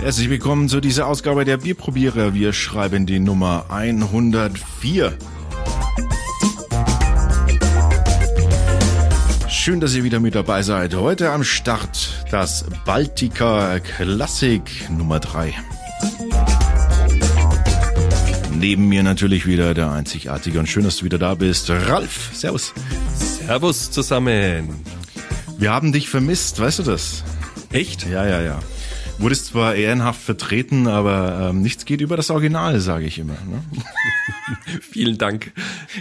Herzlich willkommen zu dieser Ausgabe der Bierprobierer. Wir schreiben die Nummer 104. Schön, dass ihr wieder mit dabei seid. Heute am Start das Baltika Classic Nummer 3. Neben mir natürlich wieder der Einzigartige und schön, dass du wieder da bist. Ralf, servus. Servus zusammen. Wir haben dich vermisst, weißt du das? Echt? Ja. Wurdest zwar ehrenhaft vertreten, aber nichts geht über das Original, sage ich immer. Ne? Vielen Dank.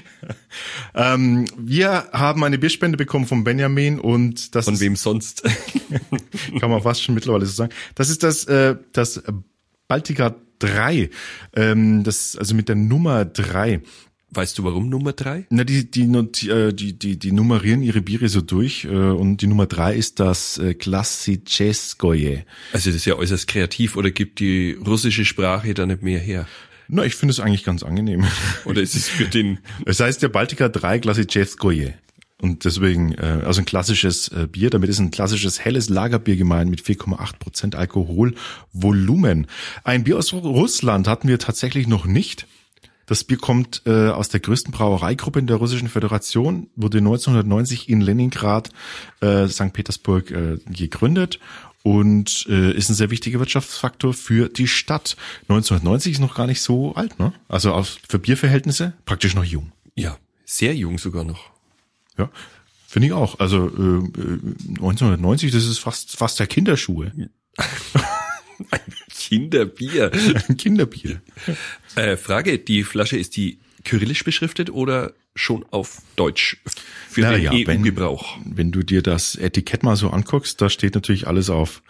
Wir haben eine Bierspende bekommen von Benjamin und das Von wem sonst? Kann man fast schon mittlerweile so sagen. Das ist das Baltika 3, also mit der Nummer 3. Weißt du, warum Nummer 3? Na, die nummerieren ihre Biere so durch und die Nummer 3 ist das Klassiczeskoje. Also das ist ja äußerst kreativ, oder gibt die russische Sprache da nicht mehr her? Na, ich finde es eigentlich ganz angenehm. Oder ist es für den... Es heißt ja Baltika 3 Klassiczeskoje. Und deswegen, also ein klassisches Bier, damit ist ein klassisches helles Lagerbier gemeint mit 4,8% Alkoholvolumen. Ein Bier aus Russland hatten wir tatsächlich noch nicht. Das Bier kommt aus der größten Brauereigruppe in der Russischen Föderation, wurde 1990 in Leningrad, St. Petersburg gegründet und ist ein sehr wichtiger Wirtschaftsfaktor für die Stadt. 1990 ist noch gar nicht so alt, ne? Also für Bierverhältnisse praktisch noch jung. Ja, sehr jung sogar noch. Ja, finde ich auch. Also 1990, das ist fast der Kinderschuhe. Ein Kinderbier. Ein Kinderbier. Frage, die Flasche, ist die kyrillisch beschriftet oder schon auf Deutsch für den EU-Gebrauch? Wenn du dir das Etikett mal so anguckst, da steht natürlich alles auf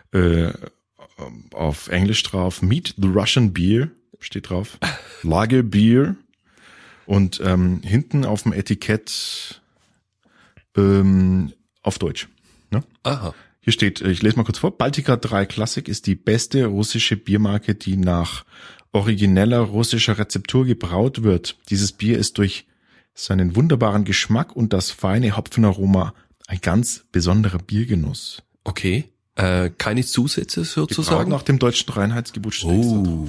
Englisch drauf. Meet the Russian Beer steht drauf. Lager Beer. Und hinten auf dem Etikett auf Deutsch. Ne? Aha. Hier steht, ich lese mal kurz vor, Baltika 3 Classic ist die beste russische Biermarke, die nach origineller russischer Rezeptur gebraut wird. Dieses Bier ist durch seinen wunderbaren Geschmack und das feine Hopfenaroma ein ganz besonderer Biergenuss. Okay, keine Zusätze sozusagen? Gebraut nach dem deutschen Reinheitsgebot. Oh.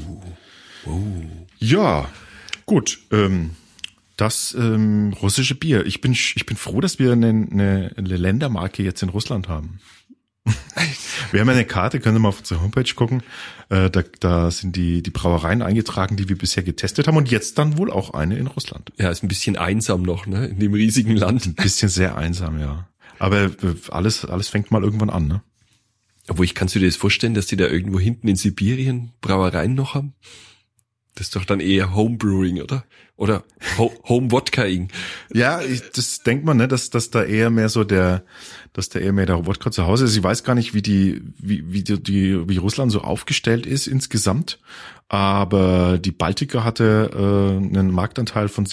Ja, gut, das russische Bier. Ich bin froh, dass wir eine Ländermarke jetzt in Russland haben. Wir haben eine Karte, können Sie mal auf unsere Homepage gucken. Da sind die Brauereien eingetragen, die wir bisher getestet haben und jetzt dann wohl auch eine in Russland. Ja, ist ein bisschen einsam noch, ne, in dem riesigen Land. Ein bisschen sehr einsam, ja. Aber alles fängt mal irgendwann an, ne? Obwohl, kannst du dir das vorstellen, dass die da irgendwo hinten in Sibirien Brauereien noch haben? Das ist doch dann eher Homebrewing, oder? Oder Home-Wodkaing. Ja, das denkt man, ne, dass da eher mehr so der Wodka zu Hause ist. Ich weiß gar nicht, wie Russland so aufgestellt ist insgesamt. Aber die Baltika hatte einen Marktanteil von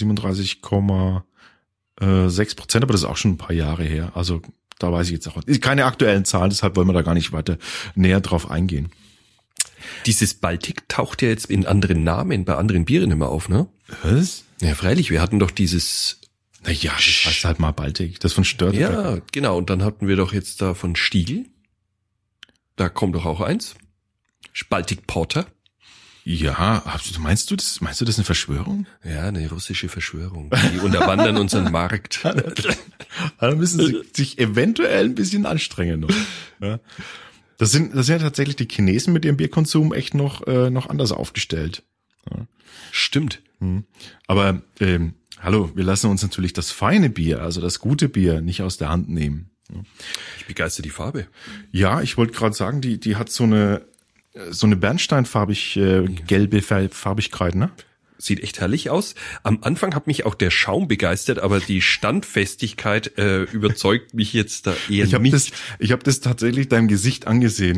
37,6%, aber das ist auch schon ein paar Jahre her. Also da weiß ich jetzt auch keine aktuellen Zahlen, deshalb wollen wir da gar nicht weiter näher drauf eingehen. Dieses Baltik taucht ja jetzt in anderen Namen, bei anderen Bieren immer auf, ne? Was? Ja, freilich, wir hatten doch dieses... Naja, das heißt halt mal Baltik, das von Störtebeck. Ja, genau, und dann hatten wir doch jetzt da von Stiegl. Da kommt doch auch eins. Baltic Porter. Ja, meinst du das eine Verschwörung? Ja, eine russische Verschwörung. Die unterwandern unseren Markt. Da müssen sie sich eventuell ein bisschen anstrengen noch. Ja. Das sind ja tatsächlich die Chinesen mit ihrem Bierkonsum echt noch anders aufgestellt. Ja. Stimmt. Aber hallo, wir lassen uns natürlich das feine Bier, also das gute Bier, nicht aus der Hand nehmen. Ich begeister die Farbe. Ja, ich wollte gerade sagen, die hat so eine bernsteinfarbig gelbe Farbigkeit, ne? Sieht echt herrlich aus. Am Anfang hat mich auch der Schaum begeistert, aber die Standfestigkeit überzeugt mich jetzt da eher nicht. Ich habe das tatsächlich deinem Gesicht angesehen.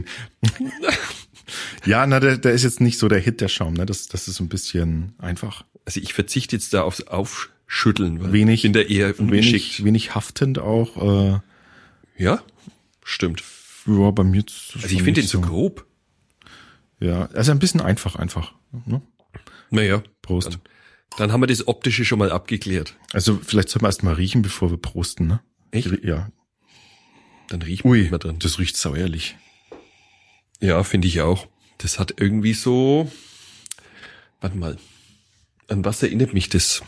Ja, der ist jetzt nicht so der Hit, der Schaum, ne? Das ist so ein bisschen einfach. Also ich verzichte jetzt da aufs Aufschütteln, weil ich bin da eher ungeschickt. Wenig haftend auch. Ja, stimmt. Ja, bei mir. Also ich finde den so grob. Ja, also ein bisschen einfach. Ne? Naja, Prost. Dann haben wir das Optische schon mal abgeklärt. Also vielleicht sollten wir erst mal riechen, bevor wir prosten, ne? Echt? Ja. Dann riechen wir mal drin. Das riecht sauerlich. Ja, finde ich auch. Das hat irgendwie so, warte mal, an was erinnert mich das?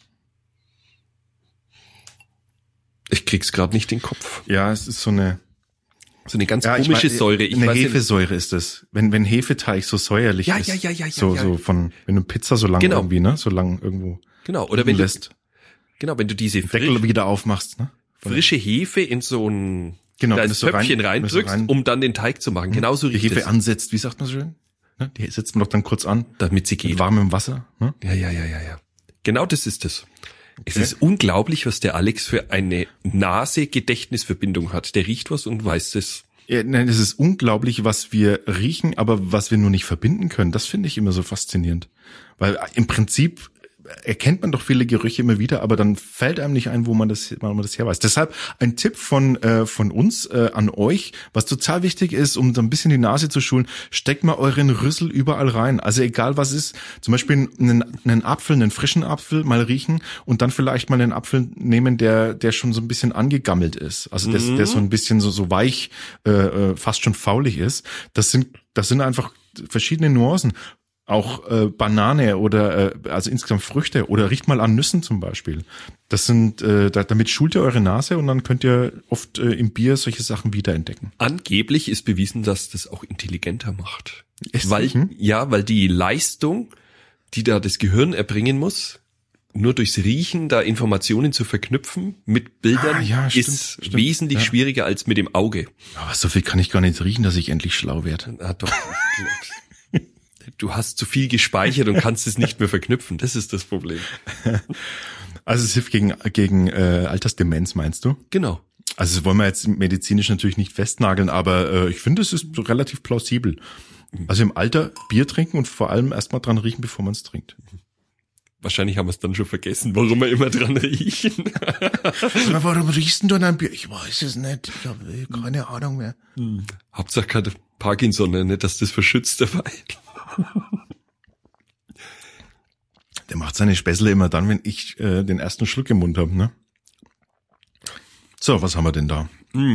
Ich krieg's gerade nicht in den Kopf. Ja, es ist so eine ganz komische Säure. Eine Hefesäure ist es. Wenn Hefeteig so säuerlich ist. Ja. So von, wenn du Pizza so lang irgendwie, ne? So lang irgendwo. Genau. Oder wenn lässt. Wenn du diese Deckel wieder aufmachst, ne? Frische Hefe in so ein kleines Töpfchen reindrückst, um dann den Teig zu machen. Genauso die Hefe ansetzt, wie sagt man so schön? Ne? Die setzt man doch dann kurz an. Damit sie geht. Mit warmem Wasser. Ne? Ja. Genau das ist es. Es ist unglaublich, was der Alex für eine Nase-Gedächtnisverbindung hat. Der riecht was und weiß es. Ja, nein, es ist unglaublich, was wir riechen, aber was wir nur nicht verbinden können. Das finde ich immer so faszinierend. Weil im Prinzip erkennt man doch viele Gerüche immer wieder, aber dann fällt einem nicht ein, wo man das her weiß. Deshalb ein Tipp von uns an euch, was total wichtig ist, um so ein bisschen die Nase zu schulen: steckt mal euren Rüssel überall rein. Also egal was ist, zum Beispiel einen Apfel, einen frischen Apfel mal riechen und dann vielleicht mal einen Apfel nehmen, der schon so ein bisschen angegammelt ist. Also der so ein bisschen so weich, fast schon faulig ist. Das sind einfach verschiedene Nuancen. Auch Banane oder also insgesamt Früchte oder riecht mal an Nüssen zum Beispiel. Das sind damit schult ihr eure Nase und dann könnt ihr oft im Bier solche Sachen wiederentdecken. Angeblich ist bewiesen, dass das auch intelligenter macht. Weil die Leistung, die da das Gehirn erbringen muss, nur durchs Riechen da Informationen zu verknüpfen mit Bildern, ist wesentlich schwieriger als mit dem Auge. Aber so viel kann ich gar nicht riechen, dass ich endlich schlau werde. Du hast zu viel gespeichert und kannst es nicht mehr verknüpfen. Das ist das Problem. Also es hilft gegen Altersdemenz, meinst du? Genau. Also das wollen wir jetzt medizinisch natürlich nicht festnageln, aber ich finde, es ist relativ plausibel. Also im Alter Bier trinken und vor allem erstmal dran riechen, bevor man es trinkt. Wahrscheinlich haben wir es dann schon vergessen, warum wir immer dran riechen. Warum riechst du an einem Bier? Ich weiß es nicht. Ich habe keine Ahnung mehr. Hauptsache keine Parkinson, nicht, dass das verschützt dabei. Der macht seine Späßle immer dann, wenn ich den ersten Schluck im Mund habe, ne? So, was haben wir denn da?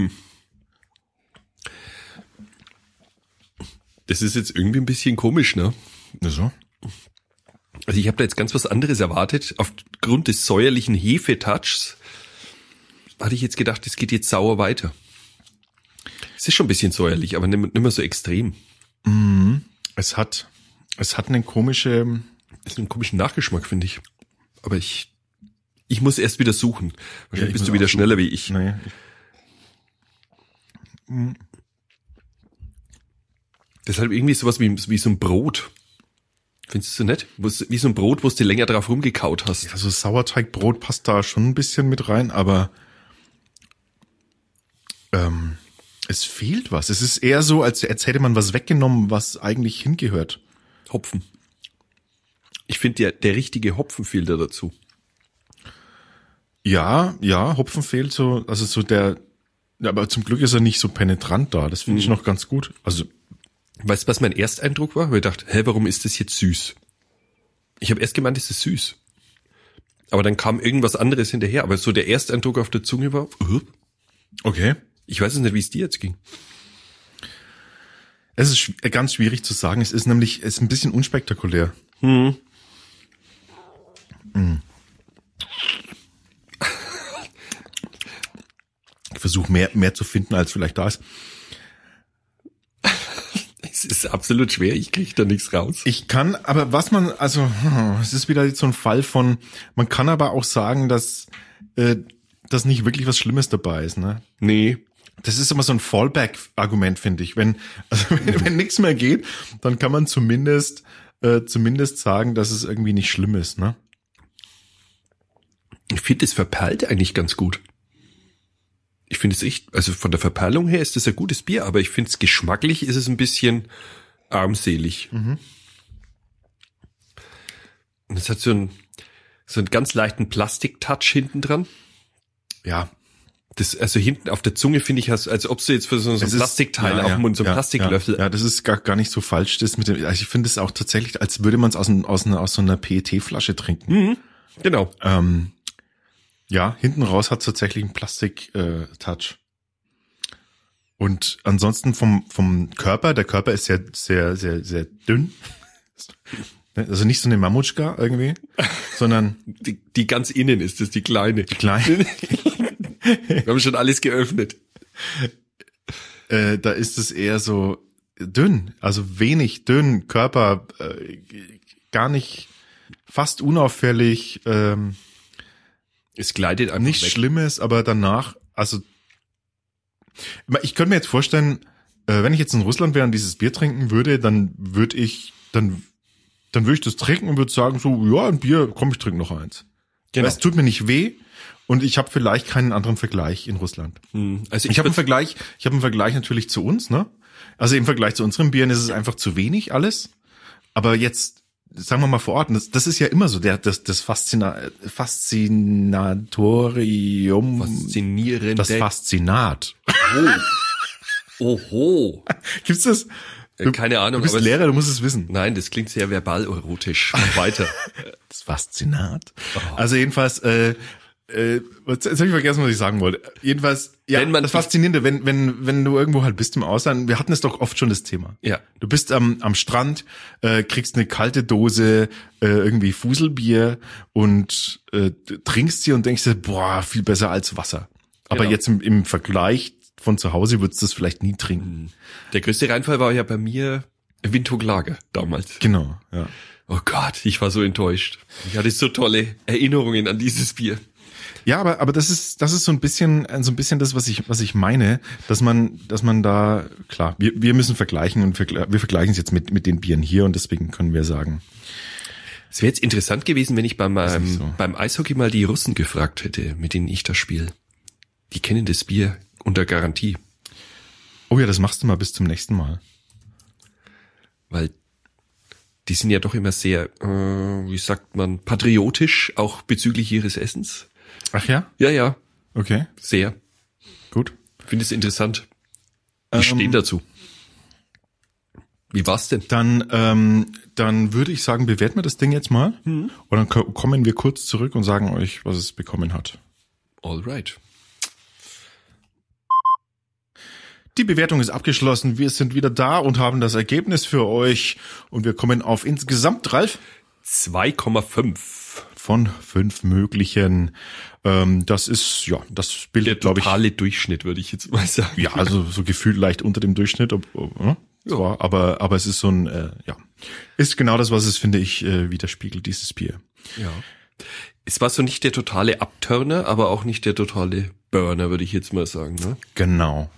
Das ist jetzt irgendwie ein bisschen komisch, ne? Wieso? Also ich habe da jetzt ganz was anderes erwartet. Aufgrund des säuerlichen Hefetouchs hatte ich jetzt gedacht, es geht jetzt sauer weiter. Es ist schon ein bisschen säuerlich, aber nicht mehr so extrem. Es hat einen komischen Nachgeschmack, finde ich. Aber ich muss erst wieder suchen. Wahrscheinlich bist du wieder schneller wie ich. Naja. Deshalb irgendwie sowas wie so ein Brot. Findest du nicht? Wie so ein Brot, wo du länger drauf rumgekaut hast. Also Sauerteigbrot passt da schon ein bisschen mit rein, aber es fehlt was. Es ist eher so, als hätte man was weggenommen, was eigentlich hingehört. Hopfen. Ich finde, der richtige Hopfen fehlt da dazu. Ja, Hopfen fehlt so, also so aber zum Glück ist er nicht so penetrant da. Das finde ich noch ganz gut. Also, weißt du, was mein Ersteindruck war? Weil ich dachte, warum ist das jetzt süß? Ich habe erst gemeint, es ist süß. Aber dann kam irgendwas anderes hinterher. Aber so der Ersteindruck auf der Zunge war, okay. Ich weiß nicht, wie es dir jetzt ging. Es ist ganz schwierig zu sagen. Es ist ein bisschen unspektakulär. Ich versuche mehr zu finden, als vielleicht da ist. Es ist absolut schwer, ich kriege da nichts raus. Ich kann, aber es ist wieder so ein Fall von, man kann aber auch sagen, dass nicht wirklich was Schlimmes dabei ist, ne? Nee. Das ist immer so ein Fallback-Argument, finde ich. Wenn nichts mehr geht, dann kann man zumindest sagen, dass es irgendwie nicht schlimm ist, ne? Ich finde, es verperlt eigentlich ganz gut. Ich finde es echt, also von der Verperlung her ist es ein gutes Bier, aber ich finde es geschmacklich ist es ein bisschen armselig. Und es hat so einen ganz leichten Plastik-Touch hinten dran. Ja. Also hinten auf der Zunge finde ich, als ob du jetzt für so ein Plastikteil auf dem Mund, so ein Plastiklöffel. Ja, das ist gar nicht so falsch. Also ich finde es auch tatsächlich, als würde man es aus so einer PET-Flasche trinken. Genau. Ja, hinten raus hat tatsächlich einen Plastik-Touch. Und ansonsten vom Körper, der Körper ist sehr, sehr, sehr, sehr dünn. Also nicht so eine Mamutschka irgendwie, sondern die ganz innen ist das, die kleine. die kleine. Wir haben schon alles geöffnet. Da ist es eher so dünn, also wenig dünn, Körper gar nicht, fast unauffällig, Es gleitet einfach nichts weg. Schlimmes, aber danach, also ich könnte mir jetzt vorstellen, wenn ich jetzt in Russland wäre und dieses Bier trinken würde, dann würde ich das trinken und würde sagen so, ja, ein Bier, komm, ich trinke noch eins. Genau. Weil es tut mir nicht weh und ich habe vielleicht keinen anderen Vergleich in Russland. Also Ich habe einen Vergleich natürlich zu uns, ne? Also im Vergleich zu unseren Bieren ist es einfach zu wenig alles. Aber jetzt, sagen wir mal vor Ort, das ist ja immer so, das Faszinatorium, faszinierende. das Faszinat. Oho. Gibt's das? Keine Ahnung. Du bist aber Lehrer, du musst es wissen. Nein, das klingt sehr verbal-erotisch. Mach weiter. Das Faszinat. Also jedenfalls, jetzt habe ich vergessen, was ich sagen wollte. Jedenfalls, ja, das Faszinierende, wenn du irgendwo halt bist im Ausland, wir hatten es doch oft schon das Thema. Ja. Du bist am Strand, kriegst eine kalte Dose, irgendwie Fuselbier und trinkst sie und denkst dir, boah, viel besser als Wasser. Aber Genau. jetzt im Vergleich von zu Hause würdest du das vielleicht nie trinken. Der größte Reinfall war ja bei mir Windhoek Lager damals. Genau, ja. Oh Gott, ich war so enttäuscht. Ich hatte so tolle Erinnerungen an dieses Bier. Ja, aber das ist so ein bisschen das, was ich meine, dass man da, klar, wir müssen vergleichen und wir vergleichen es jetzt mit den Bieren hier und deswegen können wir sagen. Es wäre jetzt interessant gewesen, wenn ich beim so. Eishockey mal die Russen gefragt hätte, mit denen ich das spiele. Die kennen das Bier unter Garantie. Oh ja, das machst du mal bis zum nächsten Mal. Weil die sind ja doch immer sehr, wie sagt man, patriotisch, auch bezüglich ihres Essens. Ach ja? Ja, Okay, sehr. gut. Finde es interessant. Die stehen dazu. Wie war's denn? Dann würde ich sagen, bewerten wir das Ding jetzt mal und dann kommen wir kurz zurück und sagen euch, was es bekommen hat. Alright. Die Bewertung ist abgeschlossen. Wir sind wieder da und haben das Ergebnis für euch und wir kommen auf insgesamt, Ralf, 2,5. von 5 möglichen. Das ist, ja, das Der bildet, glaube ich, totale Durchschnitt, würde ich jetzt mal sagen. ja, also so gefühlt leicht unter dem Durchschnitt, zwar, aber es ist so ein, ist genau das, was es, finde ich, widerspiegelt, dieses Bier. Ja. Es war so nicht der totale Abturner, aber auch nicht der totale Burner, würde ich jetzt mal sagen. Ne? Genau.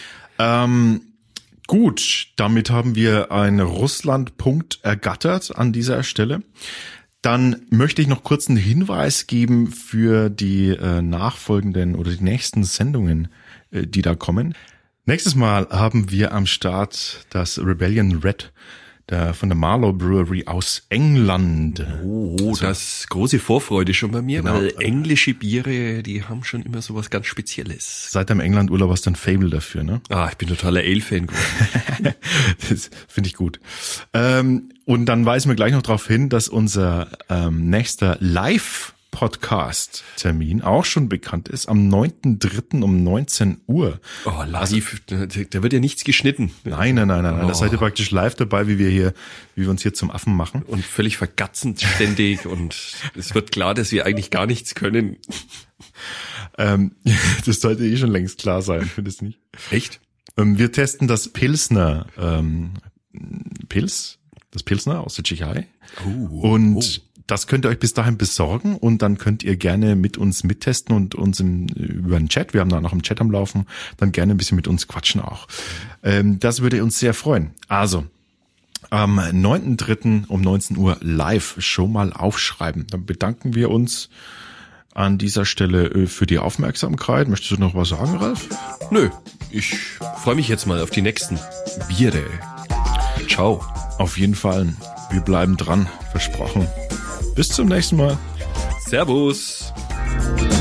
Gut, damit haben wir einen Russland-Punkt ergattert an dieser Stelle. Dann möchte ich noch kurz einen Hinweis geben für die nachfolgenden oder die nächsten Sendungen, die da kommen. Nächstes Mal haben wir am Start das Rebellion Red von der Marlow Brewery aus England. Oh, das große Vorfreude schon bei mir, Genau. weil englische Biere, die haben schon immer so was ganz Spezielles. Seit deinem England-Urlaub hast du ein Fable dafür, ne? Ich bin totaler Ale-Fan geworden. Das finde ich gut. Und dann weisen wir gleich noch darauf hin, dass unser nächster Live-Podcast-Termin auch schon bekannt ist, am 9.3. um 19 Uhr. Oh, live, da wird ja nichts geschnitten. Nein. Da seid ihr praktisch live dabei, wie wir uns hier zum Affen machen. Und völlig vergatzend ständig und es wird klar, dass wir eigentlich gar nichts können. Das sollte eh schon längst klar sein, findest du nicht? Echt? Wir testen das Pilsner, das Pilsner aus der Tschechei. Und das könnt ihr euch bis dahin besorgen und dann könnt ihr gerne mit uns mittesten und uns über den Chat, wir haben da noch einen Chat am Laufen, dann gerne ein bisschen mit uns quatschen auch. Das würde uns sehr freuen. Also, am 9.3. um 19 Uhr live schon mal aufschreiben. Dann bedanken wir uns an dieser Stelle für die Aufmerksamkeit. Möchtest du noch was sagen, Ralf? Nö, ich freue mich jetzt mal auf die nächsten Biere. Ciao. Auf jeden Fall. Wir bleiben dran. Versprochen. Bis zum nächsten Mal. Servus.